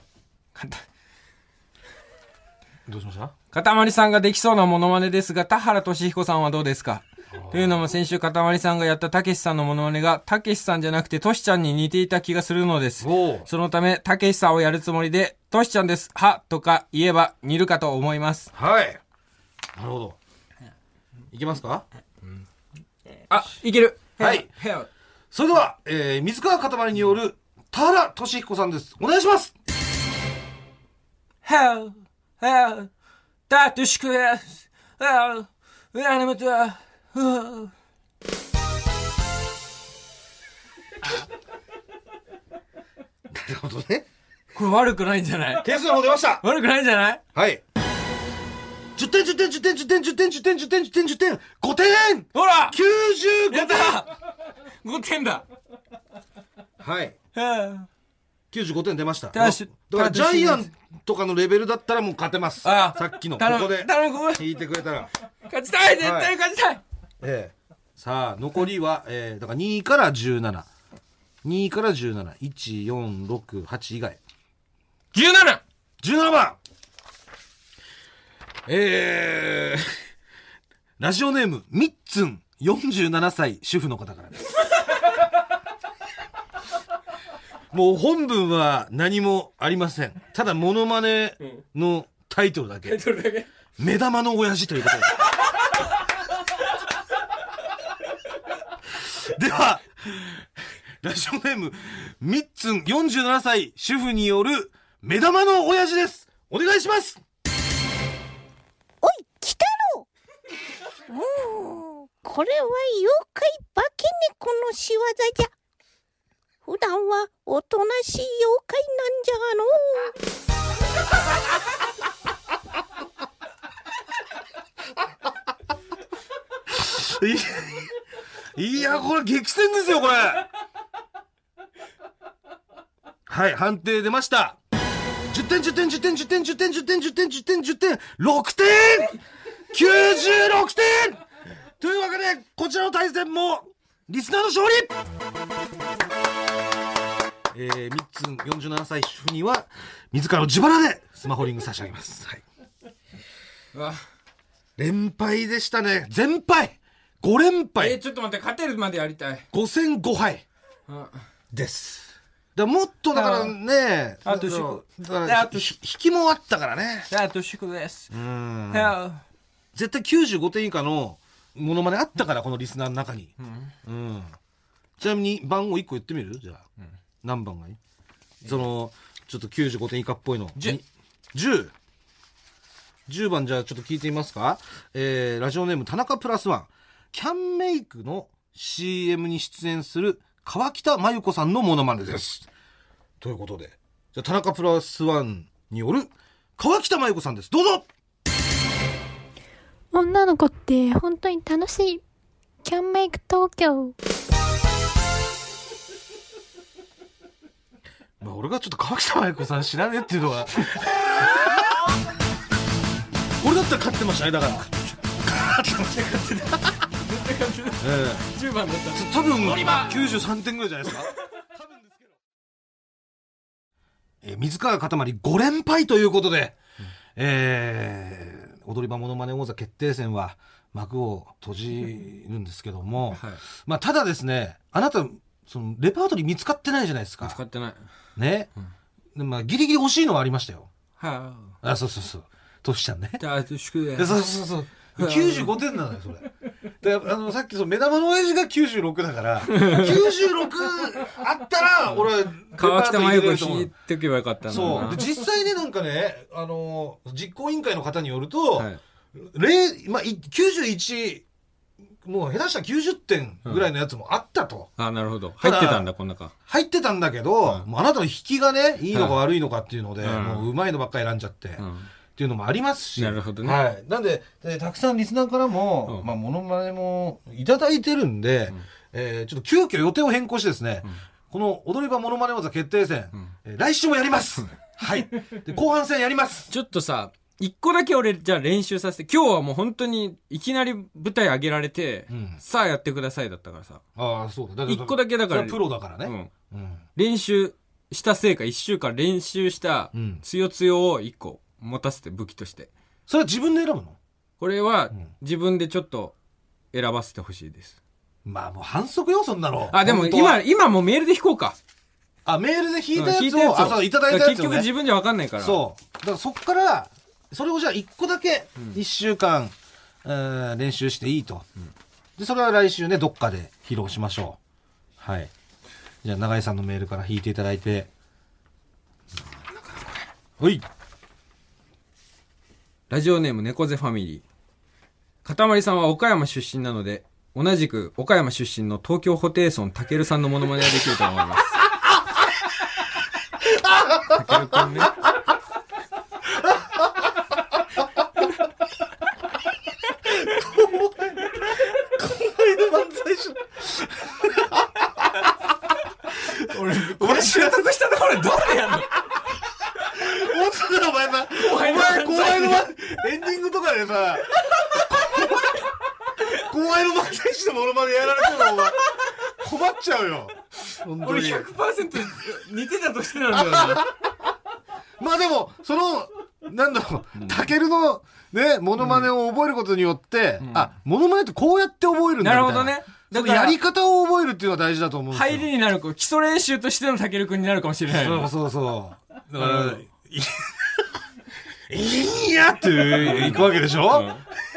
どうしました？ かたまりさんができそうなモノマネですが、田原俊彦さんはどうですか？というのも先週かたまりさんがやったたけしさんのモノマネがたけしさんじゃなくてとしちゃんに似ていた気がするのです。そのためたけしさんをやるつもりでとしちゃんですはとか言えば似るかと思います。 はい。なるほど。いけますか？ うん、あ、いける。 はい。それでは、えー、水川かたまりによる田原俊彦さんです。お願いします。 はぁ、はぁ、たとしくです。はぁ、やめた。なるほどね。 これ悪くないんじゃない？ 点数の方出ました。 悪くないんじゃない？ はい。じゅってん、じゅってん、じゅってん、じゅってん、じゅってん、じゅってん、じゅってん、じゅってん、じゅってん、ごてん！ ほら ! きゅうじゅうごてん！ やったごてんだ。 はい。 はぁ。 きゅうじゅうごてん出ました。 だからジャイアンとかのレベルだったらもう勝てます。 ああさっきのここで引いてくれたら勝ちたい、絶対勝ちたい、はい、 ええ、さあ残りは、えー、だからにからじゅうなな、にからじゅうなな、いち、よん、ろく、はち以外じゅうななじゅうななばん、えー、ラジオネームみっつん、よんじゅうななさい主婦の方からですもう本文は何もありません。ただモノマネのタイトルだけ、タイトルだけ目玉の親父ということでではラジオネームみっつん、よんじゅうななさい主婦による目玉の親父です。お願いします。 おい来たろ。もうこれは妖怪化け猫の仕業じゃ。普段はおとなしい妖怪なんじゃがのい, いやこれ激戦ですよこれはい、判定出ました。じゅってん、じゅってん、じゅってん、じゅってん、じゅってん、じゅってん、じゅってん、じゅってん、じゅってん、ろくてん !きゅうじゅうろくてんというわけでこちらの対戦もリスナーの勝利。えー、みっつん、よんじゅうななさい主婦には自らの自腹でスマホリング差し上げます。はい、 うわ連敗でしたね。全敗ご連敗。 えー、ちょっと待って、勝てるまでやりたい。 ご戦ご敗です。だもっとだからね、 あと宿だから引きもあったからね。 あと宿です。 うん、絶対きゅうじゅうごてん以下のモノマネあったからこのリスナーの中に、うんうん、ちなみに番号いっこ言ってみる？じゃあ、うん、何番がいい？そのちょっときゅうじゅうごてん以下っぽいの。じゅう じゅう じゅうばんじゃあちょっと聞いてみますか。えー、ラジオネーム田中プラスワン、キャンメイクの シーエム に出演する川北真由子さんのモノマネです。ということで、じゃあ田中プラスワンによる川北真由子さんです。どうぞ。 女の子って本当に楽しい。キャンメイク東京。 まあ俺がちょっと川北真由子さん知らねえっていうのは俺だったら勝ってましたね。だから勝ってました勝ってたじゅうばんだった多分きゅうじゅうさんてんぐらいじゃないですか多分ですけど、えー、水川かたまりご連敗ということで、うん、えー、踊り場モノマネ王座決定戦は幕を閉じるんですけども、はい、まあただですね、あなたそのレパートリー見つかってないじゃないですか。 使ってない。 ね、うん、でまあギリギリ惜しいのはありましたよ。 はあ、あそうそうそう、トシちゃんね。 あ、そうそうそうそう。きゅうじゅうごてんなのよそれ。で、あのさっきその目玉の親父がきゅうじゅうろくだからきゅうじゅうろくあったら俺は川北麻友子引いておけばよかったな。 そうで実際ねなんかねあの実行委員会の方によると、 はい、 まあ、きゅうじゅういちもう下手したらきゅうじゅってんぐらいのやつもあったと、 うん、あなるほど入ってたんだこんなか入ってたんだけど、うん、もうあなたの引きがねいいのか悪いのかっていうので、 うん、 もううまいのばっかり選んじゃって、うんっていうのもありますし。 なるほどね。 はい。なんで、でたくさんリスナーからも、うん、まあ、モノマネもいただいてるんで、うん、えー、ちょっと急遽予定を変更してですね、うん、この踊り場モノマネ王座決定戦、うん、えー、来週もやります。はい。で、後半戦やります。 ちょっとさ、一個だけ俺、じゃあ練習させて、今日はもう本当にいきなり舞台上げられて、うん、さあやってくださいだったからさ。 ああ、そうだ。だ一個だけだから。 プロだからね。 うん。うん、練習したせいか、一週間練習したつよつよを一個持たせて武器として。 それは自分で選ぶの？ これは自分でちょっと選ばせてほしいです。 まあもう反則よそんなの。 あでも今今もうメールで弾こうか。 あメールで弾いたやつを、うん、あそういただいたやつを、ね、 結局自分じゃ分かんないから。 そうだからそっからそれをじゃあいっこだけいっしゅうかん、うんえー、練習していいと、うん、でそれは来週ねどっかで披露しましょう。はい。じゃあ永井さんのメールから弾いていただいて。ほい。 ラジオネーム猫背ファミリー。かたまりさんは岡山出身なので、同じく岡山出身の東京ホテイソンたけるさんのモノマネができると思います。たけるくんね。俺、これ習得したところでどうやんの？ 本当だお前さ、お前後輩のエンディングとかでさ、後輩の漫才師のモノマネやられてるのお前困っちゃうよ。 俺 ひゃくパーセント 似てたとしてなんだよな。 まあでもそのなんだろう、たけるのねモノマネを覚えることによって、うん、あモノマネってこうやって覚えるんだみたいな。なるほどね。だからやり方を覚えるっていうのは大事だと思うんですよ。 入りになる基礎練習としてのたけるくんになるかもしれない。 そうそうそうだからいいやって行くわけでしょ、うん、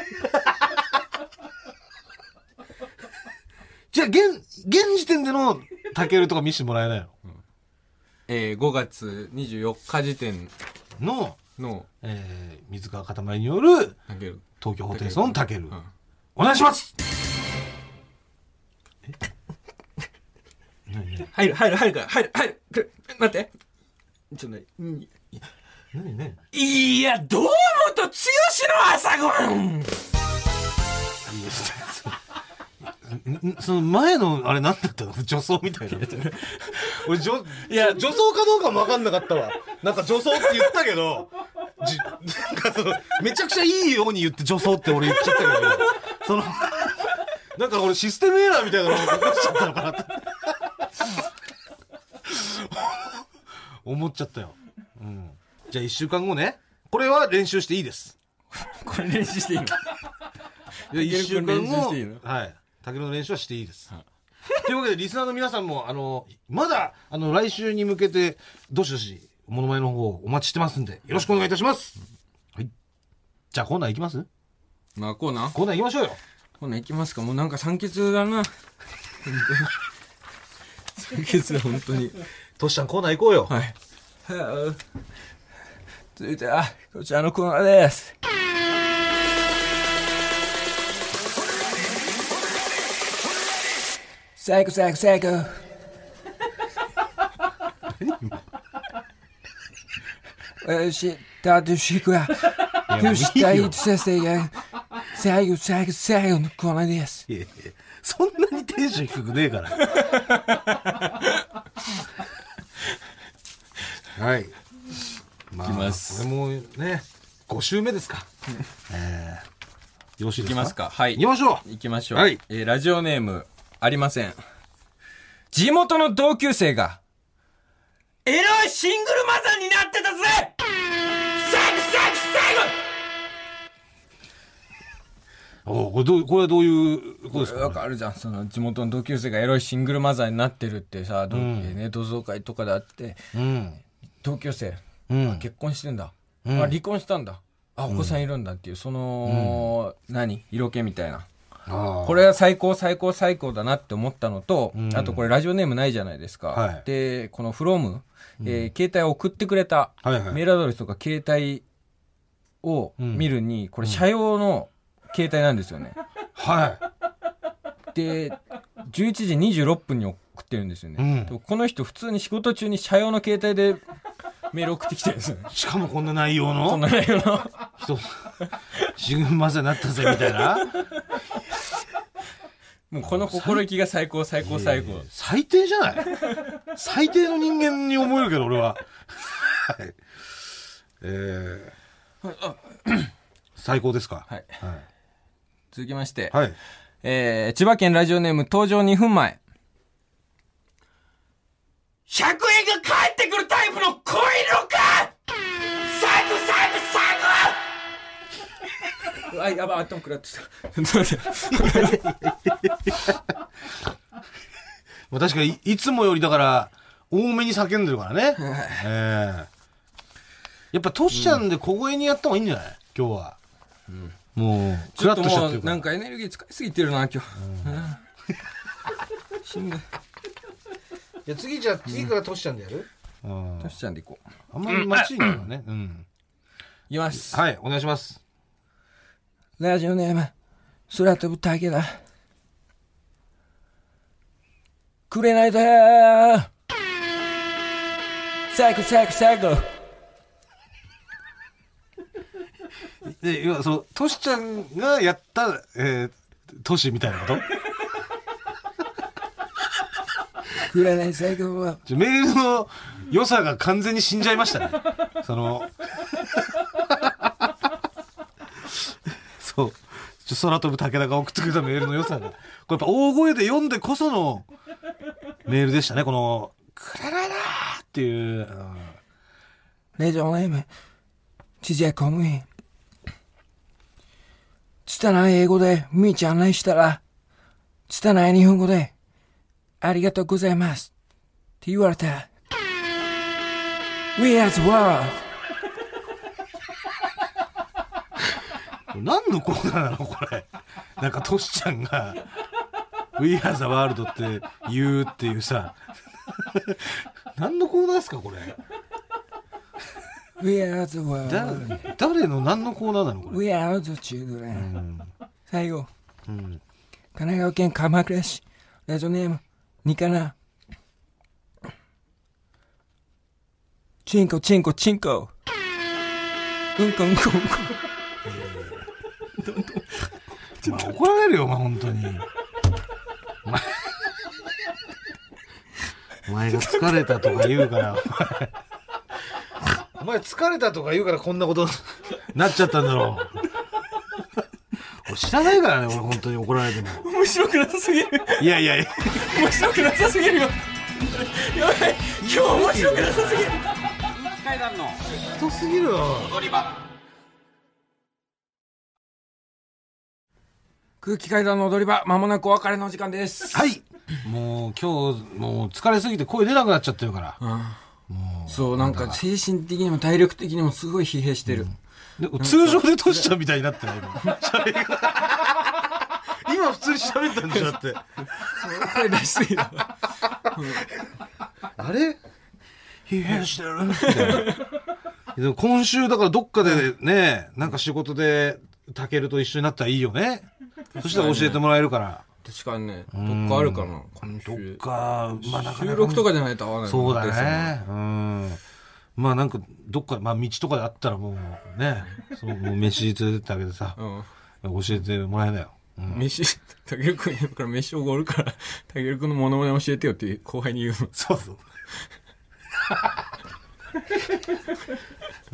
じゃあ現現時点でのたけるとか見せてもらえないの、うんえー、ごがつにじゅうよっか時点のの、 えー、水川かたまりによる東京ホテイソンたける、うん、お願いします。 入る入る入るから入る入る待ってちょっとね、うん、 何何いや堂本剛の朝ごはん。 その前のあれ何だったの？女装みたいな。俺女いや女装かどうかも分かんなかったわ。なんか女装って言ったけどじなんかそのめちゃくちゃいいように言って女装って俺言っちゃったけどそのなんか俺システムエラーみたいなのが起こしちゃったのかなって思っちゃったよ、うん、じゃあいっしゅうかんごねこれは練習していいです。 これ練習していいの？いやいっしゅうかんごはいたけるの練習はしていいです、はい、というわけでリスナーの皆さんもあのまだあの来週に向けてどしどしモノマネの方お待ちしてますんでよろしくお願いいたします、はい、じゃあコーナーいきます？ まあコーナーコーナー行きましょうよ。 コーナー行きますか。もうなんか酸欠だな酸欠だ本当に。 トシちゃんコーナー行こうよ。 はい。はあ、続いてはこちらのコーナーです。最高最高最高。私タトゥーシクはしたい先生が最後最後最後のコーナーです。 いやいやそんなにテンション低くねえからはい、まあ、いきます。これもねご週目ですか、えー、よろしいですか？ いきますか。はい、 行きましょう行きましょう、はいえー、ラジオネームありません。地元の同級生がエロいシングルマザーになってたぜ。最後最後最後。 おこれどうこれはどういうことですか、ね、 なんかあるじゃん、その地元の同級生がエロいシングルマザーになってるってさ、うん、ね、同窓会とかであって、うん、同級生、うん、結婚してんだ、うん、あ離婚したんだ、あお子さんいるんだっていう、その、うん、何色気みたいな、これは最高最高最高だなって思ったのと、うん、あとこれラジオネームないじゃないですか、はい、でこのフロム、えー、携帯を送ってくれた、はいはい、メールアドレスとか携帯を見るに、これ社用の携帯なんですよね、 はい。 でじゅういちじにじゅうろっぷんに送ってるんですよね、うん、この人普通に仕事中に社用の携帯でメール送ってきてるんですよね。 しかもこんな内容のこんな内容の人シングルマザーになったぜみたいなもうこの心意気が最高最高最高、えー、 最低じゃない最低の人間に思えるけど俺はえー、最高ですか、 はいはい、続きまして、 はい、 えー、千葉県ラジオネーム登場にふんまえ、ひゃくえんが返ってくるタイプの恋のか最後最後最後あ、やばい、頭食らってたまあ確かにいつもよりだから多めに叫んでるからね、えー、やっぱトシちゃんで小声にやった方がいいんじゃない、今日は、うん、もうちょっともうなんかエネルギー使いすぎてるな今日、うん、しんどい。 いや次じゃあ次からトシちゃんでやる、 うん、トシちゃんでいこう。 あんまり間違いないよね、うん、うん、 いきます。 はい、お願いします。 ラジオネーム空飛ぶ竹だ、くれないでー最高最高最高で今そのトシちゃんがやった、えー、トシみたいなことくれない最高はメールの良さが完全に死んじゃいましたねそのそうちょ空飛ぶ武田が送ってくれたメールの良さがこれやっぱ大声で読んでこそのメールでしたね、このくれないなーっていう、うん、 レジオネーム知事や公務員、拙い英語でみーちゃん案内したら拙い日本語でありがとうございますって言われた。 We are the world 何のコーナーなのこれ。なんかトシちゃんが We are the world って言うっていうさ何のコーナーですかこれ。 We are the world 誰の何のコーナーなのこれ。 We are the children、うん、最後、うん、神奈川県鎌倉市ラジオネームにかな、チンコチンコチンコうんこうんこうんこまあ、怒られるよお前本当にお前, お前が疲れたとか言うからお前疲れたとか言うからこんなことなっちゃったんだろう俺知らないからね、俺本当に怒られても面白くなさすぎる。 いやいやいや面白くなさすぎるよ。やばい、今日面白くなさすぎる。階段の太すぎるよ踊り場。空気階段の踊り場、まもなくお別れの時間です。 はい。もう今日もう疲れすぎて声出なくなっちゃってるから、うん、 もうそうなんか精神的にも体力的にもすごい疲弊してる、 うん、で通常でトシちゃんみたいになってない今普通に喋ったんでしょだって声出しすぎだあれ疲弊してるみたいなでも今週だからどっかでね、なんか仕事でタケルと一緒になったらいいよね。そしたら教えてもらえるから。 確かにね、どっかあるかな今週。 どっか、まあなかなか収録とかじゃないと合わない。 そうだね。うん。まあなんかどっか、まあ道とかであったらもうね、そのもう飯連れてってあげてさ、うん、教えてもらえなよ。 うん、飯、タケル君いるから飯おごるから、タケル君のモノマネ教えてよって後輩に言うの。 そうそう。うん。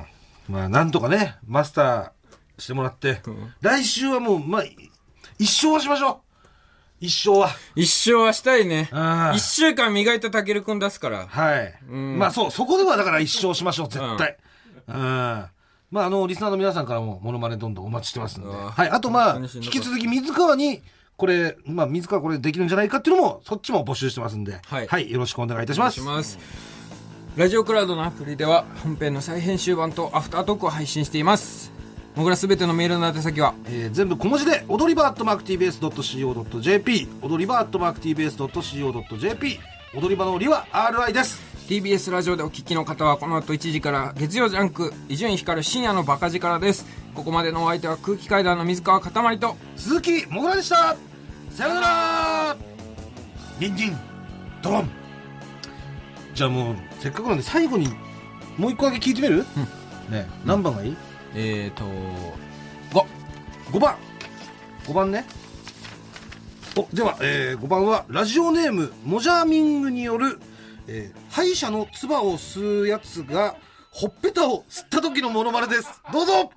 まあなんとかね、マスターしてもらって、うん、来週はもう、まあ、一生はしましょう。一生は。 一生はしたいね。一週間磨いたタケル君出すから。 はい。うん、まあそう、そこではだから一生しましょう、絶対。うん。うん、 まあ、あのリスナーの皆さんからもモノマネどんどんお待ちしてますので、はい、あとまあ引き続き水川にこれ、まあ、水川これできるんじゃないかっていうのもそっちも募集してますんで、はい、はい、よろしくお願いいたします。 お願いします。ラジオクラウドのアプリでは本編の再編集版とアフタートークを配信しています。もぐらすべてのメールの宛先は、 えー、全部小文字で踊り場アットマーク ティービーエスドットシーオードットジェーピー 踊り場アットマーク ティービーエスドットシーオードットジェーピー 踊り場のりは アールアイ です。 ティービーエス ラジオでお聞きの方はこの後いちじから月曜ジャンク伊集院光深夜のバカ力です。ここまでのお相手は空気階段の水川かたまりと鈴木もぐらでした。さよなら。ニンニンドロン。じゃあもうせっかくなんで最後にもう一個だけ聞いてみる、うん、ね、何番がいい？ えーとご ごばんごばんね。おでは、えー、ごばんはラジオネームモジャーミングによる、えー、歯医者の唾を吸うやつがほっぺたを吸った時のモノマネです。どうぞ。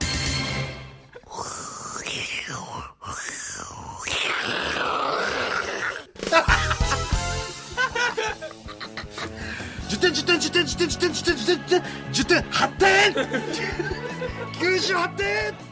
じゅってんじゅってんじゅってんじゅってんじゅってんじゅってんじゅってんじゅってんはってんきゅうじゅうはってん